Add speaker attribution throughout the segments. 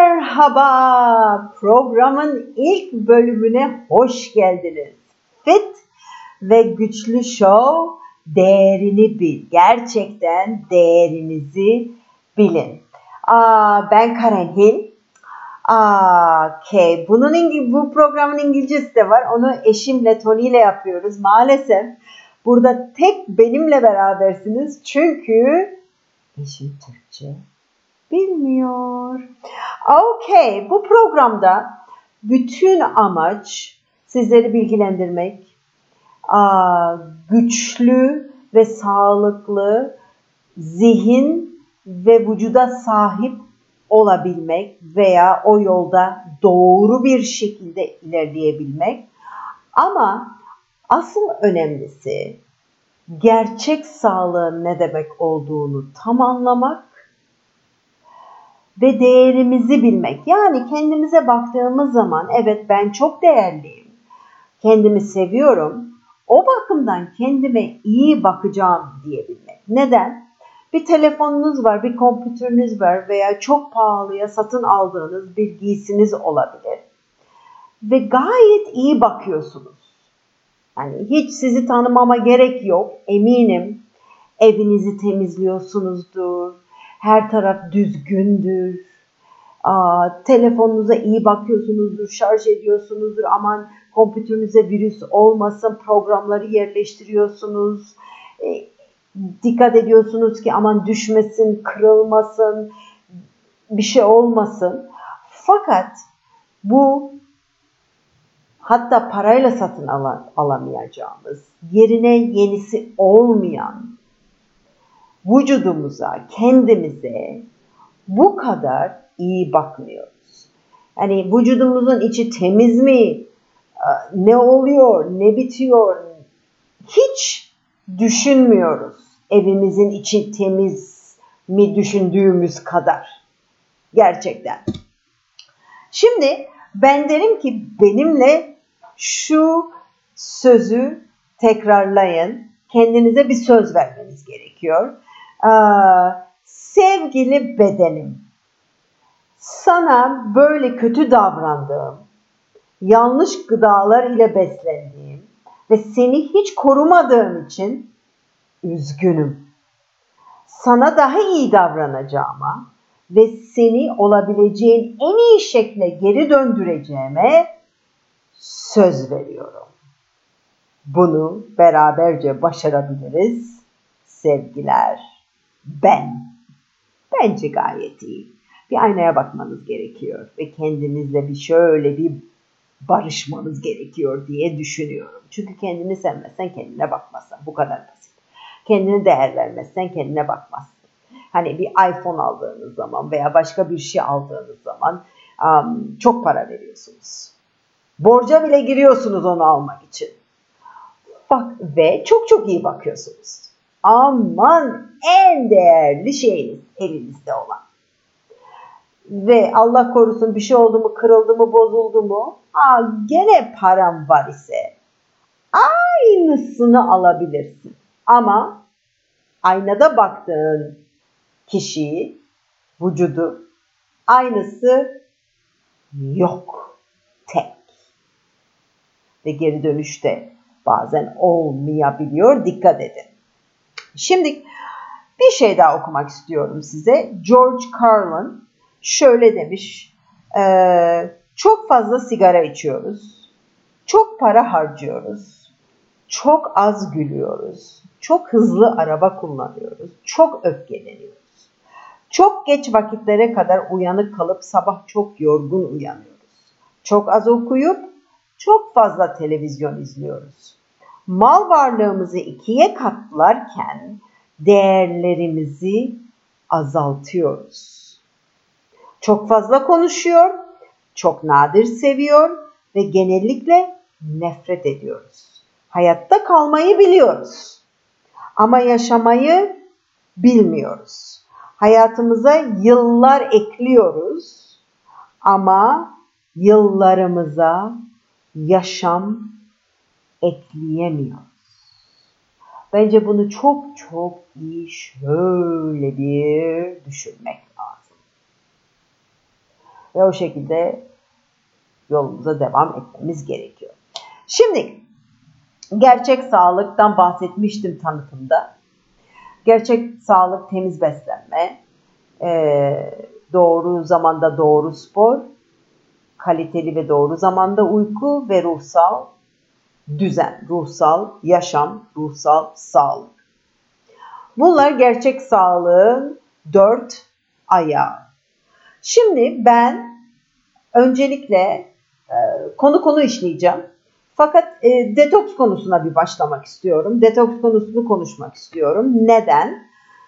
Speaker 1: Merhaba, programın ilk bölümüne hoş geldiniz. Fit ve Güçlü Show, değerini bil. Gerçekten değerinizi bilin. Ben Karen Hill. Okay. Bu programın İngilizcesi de var. Onu eşimle, Tony ile yapıyoruz. Maalesef burada tek benimle berabersiniz. Çünkü eşim Türkçe bilmiyor. Okay, bu programda bütün amaç sizleri bilgilendirmek, güçlü ve sağlıklı zihin ve vücuda sahip olabilmek veya o yolda doğru bir şekilde ilerleyebilmek. Ama asıl önemlisi gerçek sağlığın ne demek olduğunu tam anlamak ve değerimizi bilmek. Yani kendimize baktığımız zaman evet ben çok değerliyim, kendimi seviyorum, o bakımdan kendime iyi bakacağım diyebilmek. Neden? Bir telefonunuz var, bir kompütürünüz var veya çok pahalıya satın aldığınız bir giysiniz olabilir. Ve gayet iyi bakıyorsunuz. Yani hiç sizi tanımama gerek yok. Eminim evinizi temizliyorsunuzdur. Her taraf düzgündür. Telefonunuza iyi bakıyorsunuzdur, şarj ediyorsunuzdur. Aman kompütürünüze virüs olmasın, programları yerleştiriyorsunuz. Dikkat ediyorsunuz ki aman düşmesin, kırılmasın, bir şey olmasın. Fakat bu hatta parayla satın alamayacağımız, yerine yenisi olmayan vücudumuza, kendimize bu kadar iyi bakmıyoruz. Yani vücudumuzun içi temiz mi? Ne oluyor? Ne bitiyor? Hiç düşünmüyoruz. Evimizin içi temiz mi düşündüğümüz kadar. Gerçekten. Şimdi ben derim ki benimle şu sözü tekrarlayın. Kendinize bir söz vermeniz gerekiyor. Sevgili bedenim, sana böyle kötü davrandığım, yanlış gıdalar ile beslendiğim ve seni hiç korumadığım için üzgünüm. Sana daha iyi davranacağıma ve seni olabileceğin en iyi şekle geri döndüreceğime söz veriyorum. Bunu beraberce başarabiliriz. Sevgiler, bence gayet iyi. Bir aynaya bakmanız gerekiyor ve kendinizle şöyle bir barışmanız gerekiyor diye düşünüyorum. Çünkü kendini sevmezsen kendine bakmazsın. Bu kadar basit. Kendine değer vermezsen kendine bakmazsın. Hani bir iPhone aldığınız zaman veya başka bir şey aldığınız zaman çok para veriyorsunuz. Borca bile giriyorsunuz onu almak için. Bak ve çok iyi bakıyorsunuz. Aman en değerli şeyiniz elinizde olan. Ve Allah korusun bir şey oldu mu, kırıldı mı, bozuldu mu? Gene param var ise aynısını alabilirsin. Ama aynada baktığın kişiyi, vücudu aynısı yok. Tek. Ve geri dönüşte bazen olmayabiliyor. Dikkat edin. Şimdi bir şey daha okumak istiyorum size. George Carlin şöyle demiş. Çok fazla sigara içiyoruz. Çok para harcıyoruz. Çok az gülüyoruz. Çok hızlı araba kullanıyoruz. Çok öfkeleniyoruz. Çok geç vakitlere kadar uyanık kalıp sabah çok yorgun uyanıyoruz. Çok az okuyup çok fazla televizyon izliyoruz. Mal varlığımızı 2'ye katlarken değerlerimizi azaltıyoruz. Çok fazla konuşuyor, çok nadir seviyor ve genellikle nefret ediyoruz. Hayatta kalmayı biliyoruz ama yaşamayı bilmiyoruz. Hayatımıza yıllar ekliyoruz ama yıllarımıza yaşam ekleyemiyoruz. Bence bunu çok iyi şöyle bir düşünmek lazım. Ve o şekilde yolumuza devam etmemiz gerekiyor. Şimdi gerçek sağlıktan bahsetmiştim tanıtımda. Gerçek sağlık temiz beslenme, doğru zamanda doğru spor, kaliteli ve doğru zamanda uyku ve ruhsal düzen, ruhsal yaşam, ruhsal sağlık. Bunlar gerçek sağlığın 4 ayağı. Şimdi ben öncelikle konu işleyeceğim. Fakat detoks konusuna bir başlamak istiyorum. Detoks konusunu konuşmak istiyorum. Neden?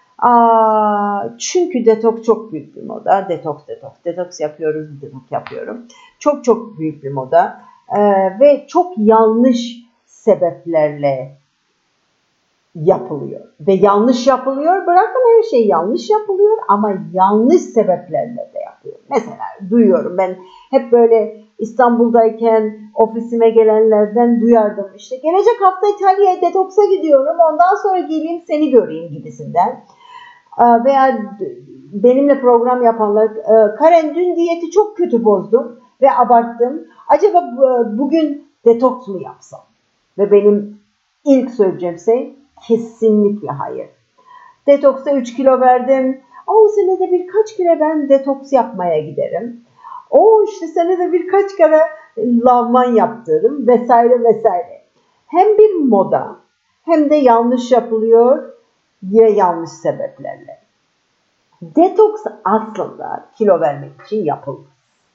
Speaker 1: Çünkü detoks çok büyük bir moda. Detoks yapıyorum. Çok büyük bir moda. Ve çok yanlış sebeplerle yapılıyor. Ve yanlış yapılıyor. Bırakın her şey yanlış yapılıyor ama yanlış sebeplerle de yapıyor. Mesela duyuyorum ben hep böyle İstanbul'dayken ofisime gelenlerden duyardım. İşte gelecek hafta İtalya'ya detoksa gidiyorum. Ondan sonra geleyim seni göreyim gibisinden. Veya benimle program yapanlar Karen dün diyeti çok kötü bozdum ve abarttım. Acaba bugün detoks mu yapsam? Ve benim ilk söyleyeceğim şey kesinlikle hayır. Detoksa 3 kilo verdim. O senede birkaç kere ben detoks yapmaya giderim. İşte senede birkaç kere lavman yaptırırım vesaire. Hem bir moda hem de yanlış yapılıyor ya yanlış sebeplerle. Detoks aslında kilo vermek için yapılmaz.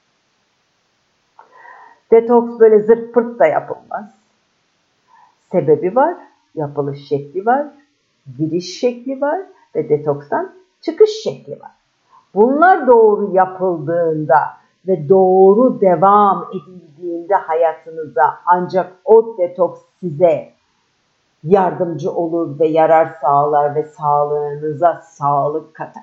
Speaker 1: Detoks böyle zırt pırt da yapılmaz. Sebebi var, yapılış şekli var, giriş şekli var ve detokstan çıkış şekli var. Bunlar doğru yapıldığında ve doğru devam edildiğinde hayatınıza ancak o detoks size yardımcı olur ve yarar sağlar ve sağlığınıza sağlık katar.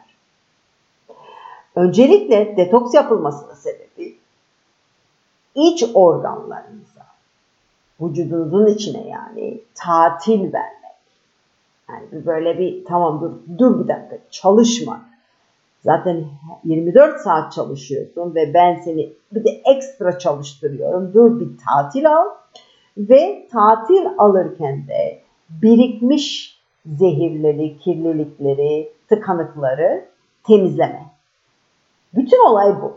Speaker 1: Öncelikle detoks yapılmasının sebebi iç organlarınıza, vücudunuzun içine yani tatil vermek. Yani böyle bir tamam dur bir dakika çalışma. Zaten 24 saat çalışıyorsun ve ben seni bir de ekstra çalıştırıyorum. Dur bir tatil al ve tatil alırken de birikmiş zehirleri, kirlilikleri, tıkanıkları temizleme. Bütün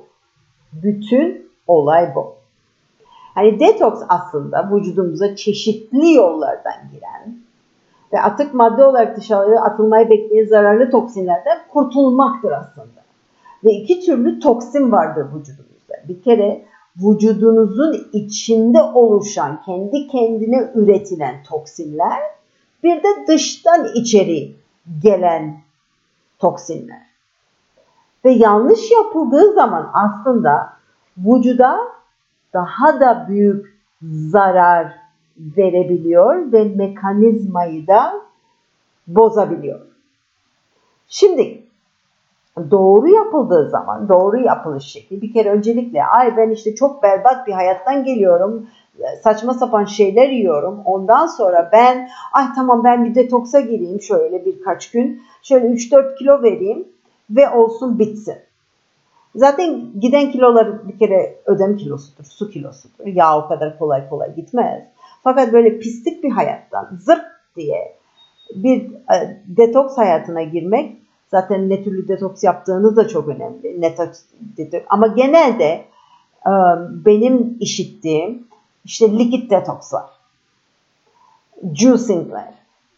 Speaker 1: olay bu. Hani detoks aslında vücudumuza çeşitli yollardan giren ve atık madde olarak dışarıya atılmayı bekleyen zararlı toksinlerden kurtulmaktır aslında. Ve 2 türlü toksin vardır vücudumuzda. Bir kere vücudunuzun içinde oluşan, kendi kendine üretilen toksinler, bir de dıştan içeri gelen toksinler. Ve yanlış yapıldığı zaman aslında vücuda daha da büyük zarar verebiliyor ve mekanizmayı da bozabiliyor. Şimdi doğru yapıldığı zaman, doğru yapılış şekli bir kere öncelikle ben işte çok berbat bir hayattan geliyorum, saçma sapan şeyler yiyorum. Ondan sonra tamam ben bir detoksa gireyim şöyle birkaç gün, şöyle 3-4 kilo vereyim ve olsun bitsin. Zaten giden kilolar bir kere ödem kilosudur, su kilosudur. Yağ o kadar kolay gitmez. Fakat böyle pislik bir hayattan zırt diye bir detoks hayatına girmek, zaten ne türlü detoks yaptığınız da çok önemli. Ama genelde benim işittiğim işte likit detokslar, juicingler,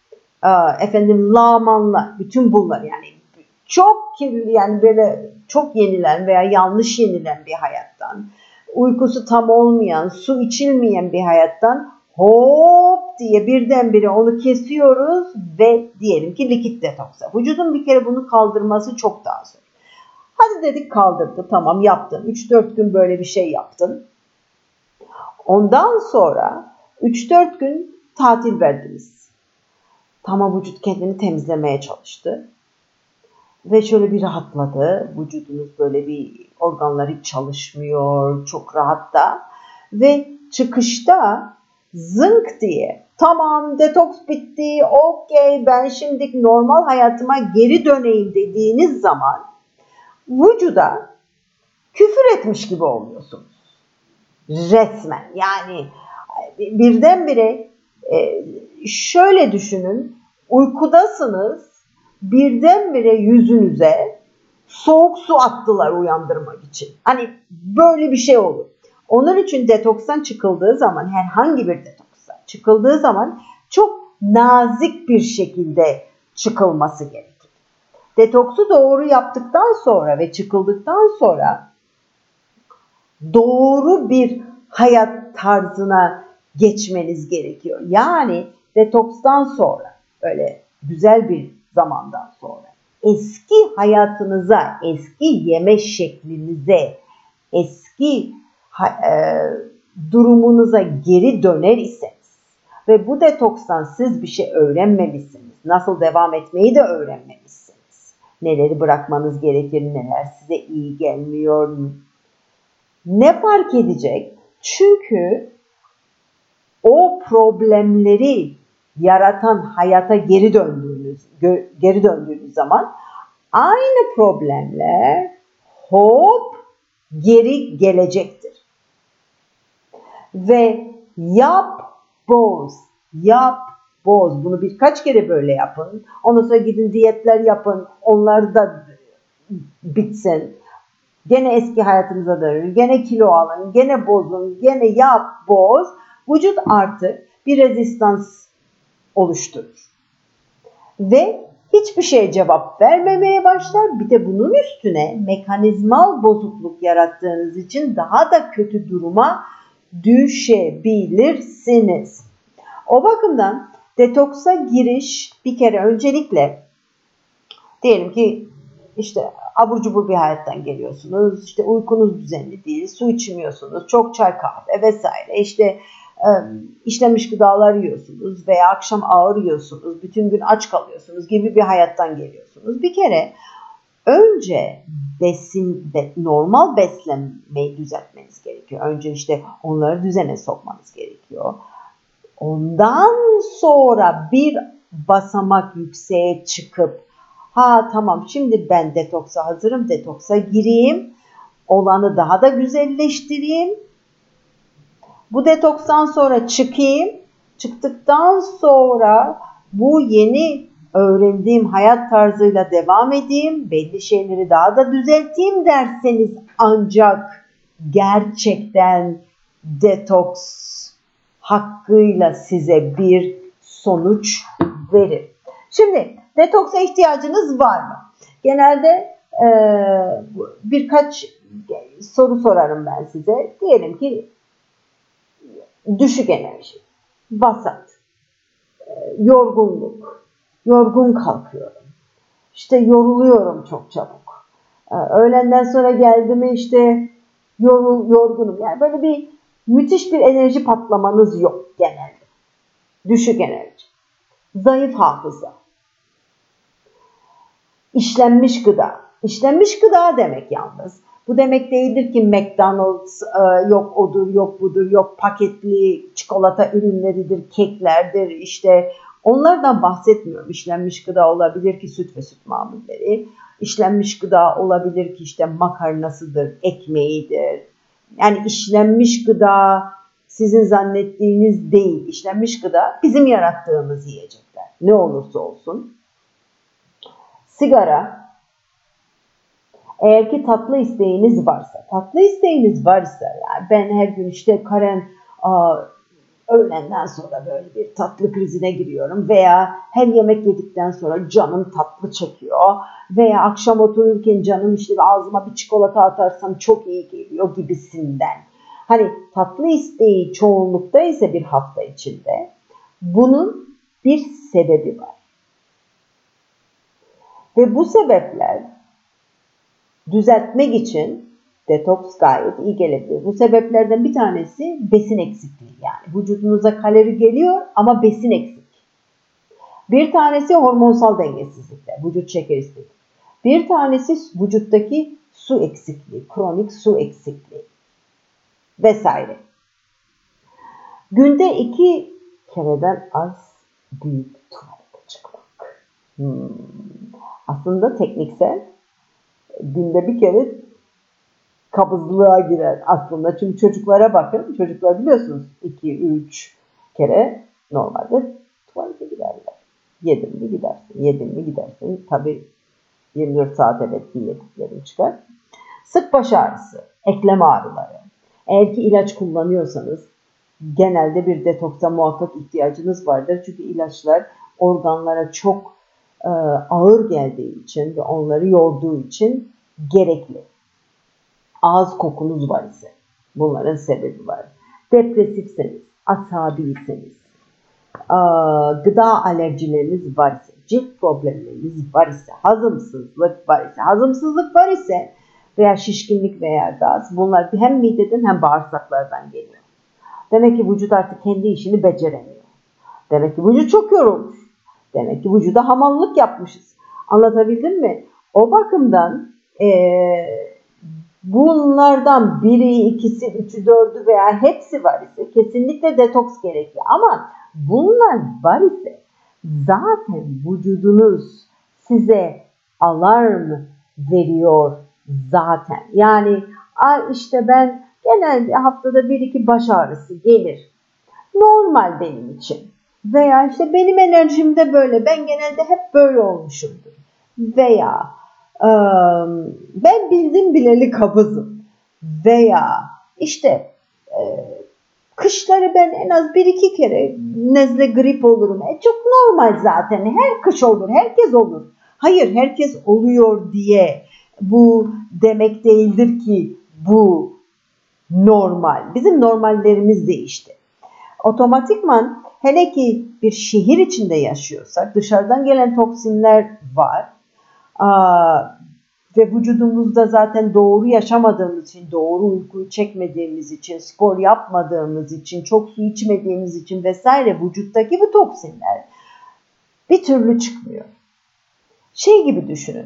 Speaker 1: lağmanlar, bütün bunlar yani çok kirli yani böyle çok yenilen veya yanlış yenilen bir hayattan, uykusu tam olmayan, su içilmeyen bir hayattan hop diye birdenbire onu kesiyoruz ve diyelim ki likit detoksa. Vücudun bir kere bunu kaldırması çok daha zor. Hadi dedik kaldırdı, tamam yaptın. 3-4 gün böyle bir şey yaptın. Ondan sonra 3-4 gün tatil verdiniz. Tamam vücut kendini temizlemeye çalıştı. Ve şöyle bir rahatladı. Vücudunuz böyle bir organları çalışmıyor. Çok rahat da. Ve çıkışta zınk diye tamam detoks bitti. Okey ben şimdi normal hayatıma geri döneyim dediğiniz zaman vücuda küfür etmiş gibi oluyorsunuz. Resmen. Yani birdenbire şöyle düşünün. Uykudasınız. Birdenbire yüzünüze soğuk su attılar uyandırmak için. Hani böyle bir şey olur. Onun için detokstan çıkıldığı zaman, herhangi bir detokstan çıkıldığı zaman çok nazik bir şekilde çıkılması gerekir. Detoksu doğru yaptıktan sonra ve çıkıldıktan sonra doğru bir hayat tarzına geçmeniz gerekiyor. Yani detokstan sonra, böyle güzel bir zamandan sonra eski hayatınıza, eski yeme şeklinize, eski durumunuza geri döner iseniz ve bu detokstan siz bir şey öğrenmemişsiniz, nasıl devam etmeyi de öğrenmemişsiniz, neleri bırakmanız gerekir, neler size iyi gelmiyor, ne fark edecek? Çünkü o problemleri yaratan hayata geri döndüğünüz zaman aynı problemler hop geri gelecektir. Ve yap boz. Bunu birkaç kere böyle yapın. Ondan sonra gidin diyetler yapın. Onlar da bitsin. Gene eski hayatınıza dönün. Gene kilo alın. Gene bozun. Gene yap boz. Vücut artık bir rezistans oluşturur. Ve hiçbir şeye cevap vermemeye başlar. Bir de bunun üstüne mekanizmal bozukluk yarattığınız için daha da kötü duruma düşebilirsiniz. O bakımdan detoksa giriş bir kere öncelikle diyelim ki işte abur cubur bir hayattan geliyorsunuz, işte uykunuz düzenli değil, su içmiyorsunuz, çok çay kahve vesaire, işte işlenmiş gıdalar yiyorsunuz veya akşam ağır yiyorsunuz, bütün gün aç kalıyorsunuz gibi bir hayattan geliyorsunuz. Bir kere önce normal beslenmeyi düzeltmeniz gerekiyor. Önce işte onları düzene sokmanız gerekiyor. Ondan sonra bir basamak yükseğe çıkıp tamam şimdi ben detoksa hazırım, detoksa gireyim, olanı daha da güzelleştireyim. Bu detokstan sonra çıkayım, çıktıktan sonra bu yeni öğrendiğim hayat tarzıyla devam edeyim, belli şeyleri daha da düzelteyim derseniz ancak gerçekten detoks hakkıyla size bir sonuç verir. Şimdi detoksa ihtiyacınız var mı? Genelde birkaç soru sorarım ben size. Diyelim ki düşük enerji, vasat, yorgunluk, yorgun kalkıyorum, işte yoruluyorum çok çabuk. Öğlenden sonra geldi mi işte yorgunum. Yani böyle bir müthiş bir enerji patlamanız yok genelde. Düşük enerji. Zayıf hafıza. İşlenmiş gıda. İşlenmiş gıda demek yalnız. Bu demek değildir ki McDonald's yok odur, yok budur, yok paketli çikolata ürünleridir, keklerdir. İşte onlardan bahsetmiyorum. İşlenmiş gıda olabilir ki süt ve süt mamulleri. İşlenmiş gıda olabilir ki işte makarnasıdır, ekmeğidir. Yani işlenmiş gıda sizin zannettiğiniz değil. İşlenmiş gıda bizim yarattığımız yiyecekler. Ne olursa olsun. Sigara, eğer ki tatlı isteğiniz varsa, yani ben her gün işte öğlenden sonra böyle bir tatlı krizine giriyorum veya her yemek yedikten sonra canım tatlı çekiyor veya akşam otururken canım işte ağzıma bir çikolata atarsam çok iyi geliyor gibisinden. Hani tatlı isteği çoğunlukta ise bir hafta içinde bunun bir sebebi var. Ve bu sebepler düzeltmek için detoks gayet iyi gelebilir. Bu sebeplerden bir tanesi besin eksikliği. Yani vücudunuza kalori geliyor ama besin eksik. Bir tanesi hormonsal dengesizlikler, vücut şeker isteği. Bir tanesi vücuttaki su eksikliği, kronik su eksikliği vesaire. Günde 2 kereden az büyük tuvalete çıkmak. Aslında tekniksel günde bir kere kabızlığa girer aslında. Çünkü çocuklara bakın. Çocuklar biliyorsunuz 2-3 kere normalde tuvalete giderler. Yedin mi gidersin, yedin mi gidersin. Tabii 24 saat evet yediklerim çıkar. Sık baş ağrısı, eklem ağrıları. Eğer ki ilaç kullanıyorsanız genelde bir detoksa muhakkak ihtiyacınız vardır. Çünkü ilaçlar organlara çok ağır geldiği için ve onları yorduğu için gerekli. Ağız kokunuz var ise bunların sebebi var. Depresifseniz, asabiyseniz, gıda alerjileriniz var ise, cilt problemleriniz var ise, hazımsızlık var ise veya şişkinlik veya gaz, bunlar hem mideden hem bağırsaklardan geliyor. Demek ki vücut artık kendi işini beceremiyor. Demek ki vücut çok yorulmuş. Demek ki vücuda hamallık yapmışız. Anlatabildim mi? O bakımdan bunlardan biri, ikisi, üçü, dördü veya hepsi var ise kesinlikle detoks gerekli. Ama bunlar var ise zaten vücudunuz size alarm veriyor zaten. Yani işte ben genelde haftada 1-2 baş ağrısı gelir. Normal benim için. Veya işte benim enerjim de böyle. Ben genelde hep böyle olmuşumdur. Veya ben bildim bileli kabızım. Veya işte kışları ben en az 1-2 kere nezle grip olurum. Çok normal zaten. Her kış olur. Herkes olur. Hayır, herkes oluyor diye bu demek değildir ki bu normal. Bizim normallerimiz değişti. Otomatikman hele ki bir şehir içinde yaşıyorsak dışarıdan gelen toksinler var. Ve vücudumuzda zaten doğru yaşamadığımız için, doğru uykuyu çekmediğimiz için, spor yapmadığımız için, çok su içmediğimiz için vesaire vücuttaki bu toksinler bir türlü çıkmıyor. Şey gibi düşünün.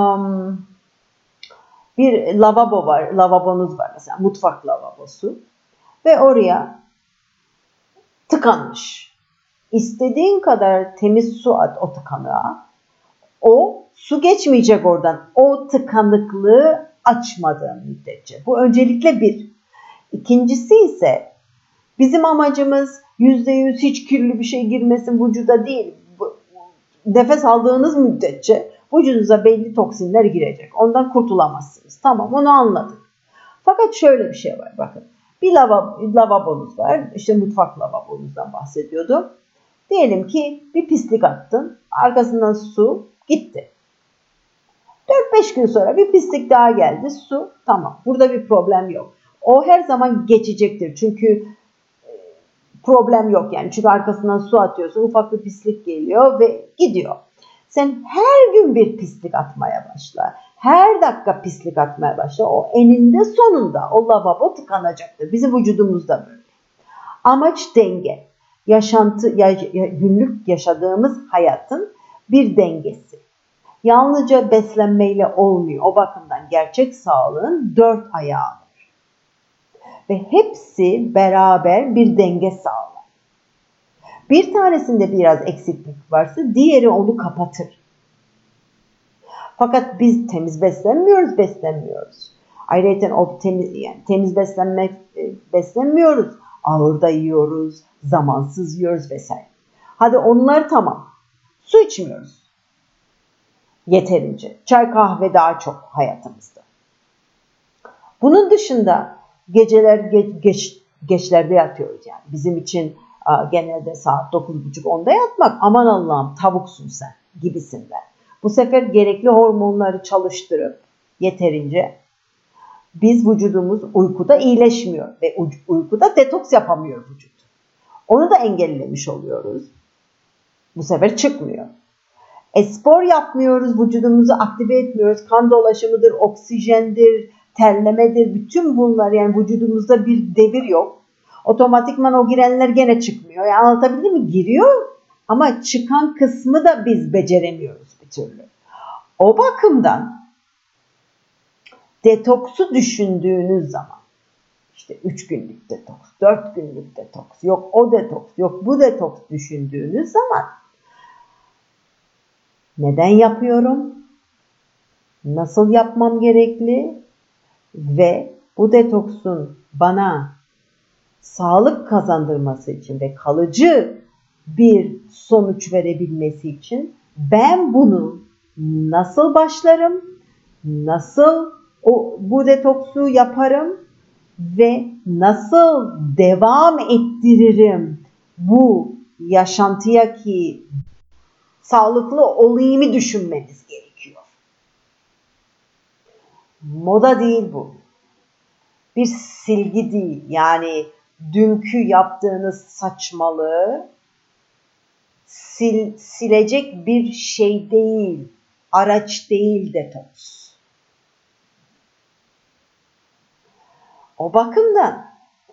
Speaker 1: Bir lavabo var, lavabonuz var mesela, mutfak lavabosu ve oraya tıkanmış. İstediğin kadar temiz su at o tıkanığa. O su geçmeyecek oradan. O tıkanıklığı açmadığın müddetçe. Bu öncelikle bir. İkincisi ise bizim amacımız %100 hiç kirli bir şey girmesin vücuda değil. Nefes aldığınız müddetçe vücudunuza belli toksinler girecek. Ondan kurtulamazsınız. Tamam, onu anladık. Fakat şöyle bir şey var bakın. Bir lavabonuz var. İşte mutfak lavabonuzdan bahsediyordum. Diyelim ki bir pislik attın. Arkasından su gitti. 4-5 gün sonra bir pislik daha geldi. Su tamam. Burada bir problem yok. O her zaman geçecektir. Çünkü problem yok yani. Çünkü arkasından su atıyorsun. Ufak bir pislik geliyor ve gidiyor. Sen her gün bir pislik atmaya başla. Her dakika pislik atmaya başla. O eninde sonunda o lavabo tıkanacaktır. Bizim vücudumuzda böyle. Amaç denge. Günlük yaşadığımız hayatın bir dengesi. Yalnızca beslenmeyle olmuyor. O bakımdan gerçek sağlığın 4 ayağı var. Ve hepsi beraber bir denge sağlar. Bir tanesinde biraz eksiklik varsa diğeri onu kapatır. Fakat biz temiz beslenmiyoruz. Ayrıca temiz beslenmiyoruz. Ağır da yiyoruz, zamansız yiyoruz vesaire. Hadi onlar tamam. Su içmiyoruz. Yeterince. Çay kahve daha çok hayatımızda. Bunun dışında geceler geçlerde yatıyoruz yani. Bizim için genelde saat 9.30-10'da yatmak aman Allah'ım tavuksun sen gibisinden. Bu sefer gerekli hormonları çalıştırıp yeterince biz vücudumuz uykuda iyileşmiyor ve uykuda detoks yapamıyor vücut. Onu da engellemiş oluyoruz. Bu sefer çıkmıyor. Spor yapmıyoruz, vücudumuzu aktive etmiyoruz. Kan dolaşımıdır, oksijendir, terlemedir, bütün bunlar yani vücudumuzda bir devir yok. Otomatikman o girenler gene çıkmıyor. Yani anlatabildim mi? Giriyor ama çıkan kısmı da biz beceremiyoruz bir türlü. O bakımdan detoksu düşündüğünüz zaman işte 3 günlük detoks, 4 günlük detoks, yok o detoks, yok bu detoks düşündüğünüz zaman neden yapıyorum? Nasıl yapmam gerekli? Ve Bu detoksun bana sağlık kazandırması için ve kalıcı bir sonuç verebilmesi için ben bunu nasıl başlarım, nasıl bu detoksu yaparım ve nasıl devam ettiririm bu yaşantıya ki sağlıklı olayımı düşünmeniz gerekiyor. Moda değil bu. Bir silgi değil. Yani dünkü yaptığınız saçmalığı silecek bir şey değil. Araç değil detoks. O bakımdan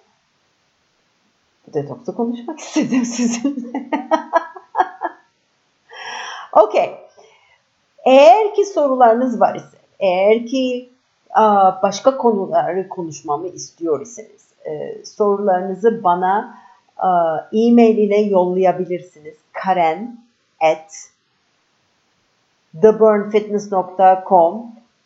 Speaker 1: bu detoksu konuşmak istedim sizinle. Okey. Eğer ki sorularınız var ise, eğer ki başka konuları konuşmamı istiyor iseniz, sorularınızı bana e-mail ile yollayabilirsiniz. karen@theburnfitness.com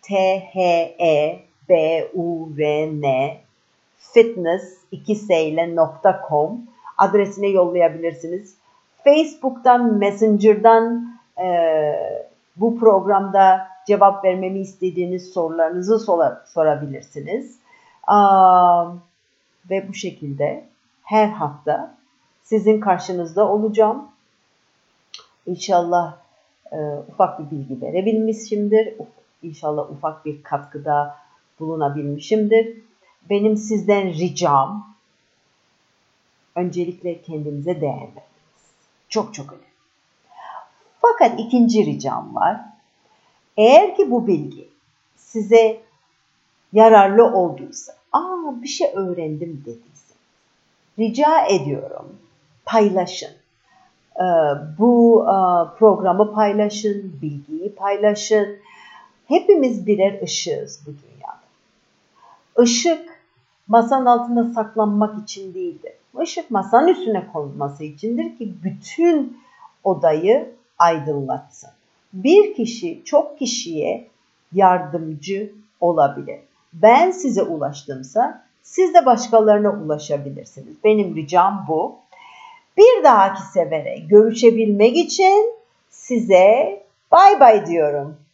Speaker 1: THEBURN fitness 2s.com adresine yollayabilirsiniz. Facebook'tan, Messenger'dan bu programda cevap vermemi istediğiniz sorularınızı sorabilirsiniz. Ve bu şekilde her hafta sizin karşınızda olacağım. İnşallah ufak bir bilgi verebilmişimdir. İnşallah ufak bir katkıda bulunabilmişimdir. Benim sizden ricam öncelikle kendinize değer vermeniz. Çok çok önemli. Fakat ikinci ricam var. Eğer ki bu bilgi size yararlı olduysa, bir şey öğrendim dediyseniz, rica ediyorum paylaşın. Bu programı paylaşın, bilgiyi paylaşın. Hepimiz birer ışığız bu dünyada. Işık masanın altında saklanmak için değildir. Işık masanın üstüne konulması içindir ki bütün odayı aydınlatsın. Bir kişi çok kişiye yardımcı olabilir. Ben size ulaştımsa siz de başkalarına ulaşabilirsiniz. Benim ricam bu. Bir dahaki sefere görüşebilmek için size bay bay diyorum.